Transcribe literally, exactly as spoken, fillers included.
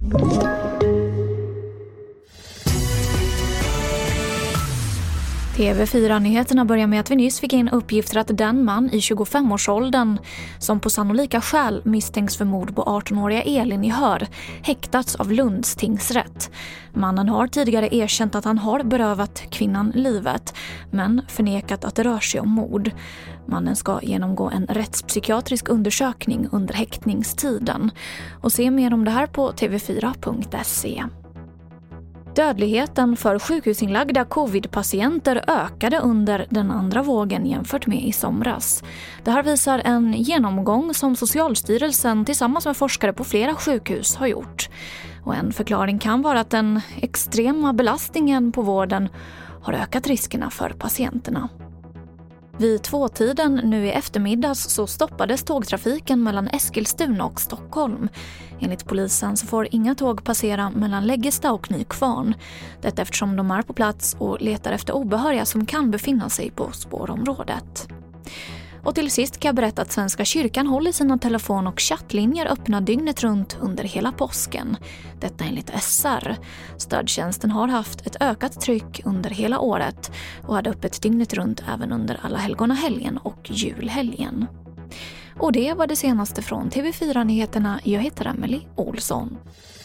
T V fyra-nyheterna börjar med att vi nyss fick in uppgifter att den man i tjugofemårsåldern som på sannolika skäl misstänks för mord på arton-åriga Elin i Hör häktats av Lunds tingsrätt. Mannen har tidigare erkänt att han har berövat kvinnan livet, men förnekat att det rör sig om mord. Mannen ska genomgå en rättspsykiatrisk undersökning under häktningstiden. Och se mer om det här på t v fyra punkt se. Dödligheten för sjukhusinlagda covid-patienter ökade under den andra vågen jämfört med i somras. Det här visar en genomgång som Socialstyrelsen tillsammans med forskare på flera sjukhus har gjort. Och en förklaring kan vara att den extrema belastningen på vården har ökat riskerna för patienterna. Vid tvåtiden nu i eftermiddags så stoppades tågtrafiken mellan Eskilstuna och Stockholm. Enligt polisen så får inga tåg passera mellan Läggesta och Nykvarn. Detta eftersom de är på plats och letar efter obehöriga som kan befinna sig på spårområdet. Och till sist kan jag berätta att Svenska kyrkan håller sina telefon- och chattlinjer öppna dygnet runt under hela påsken. Detta enligt S R. Stödtjänsten har haft ett ökat tryck under hela året och hade öppet dygnet runt även under alla helgonahelgen och julhelgen. Och det var det senaste från T V fyra-nyheterna. Jag heter Emily Olsson.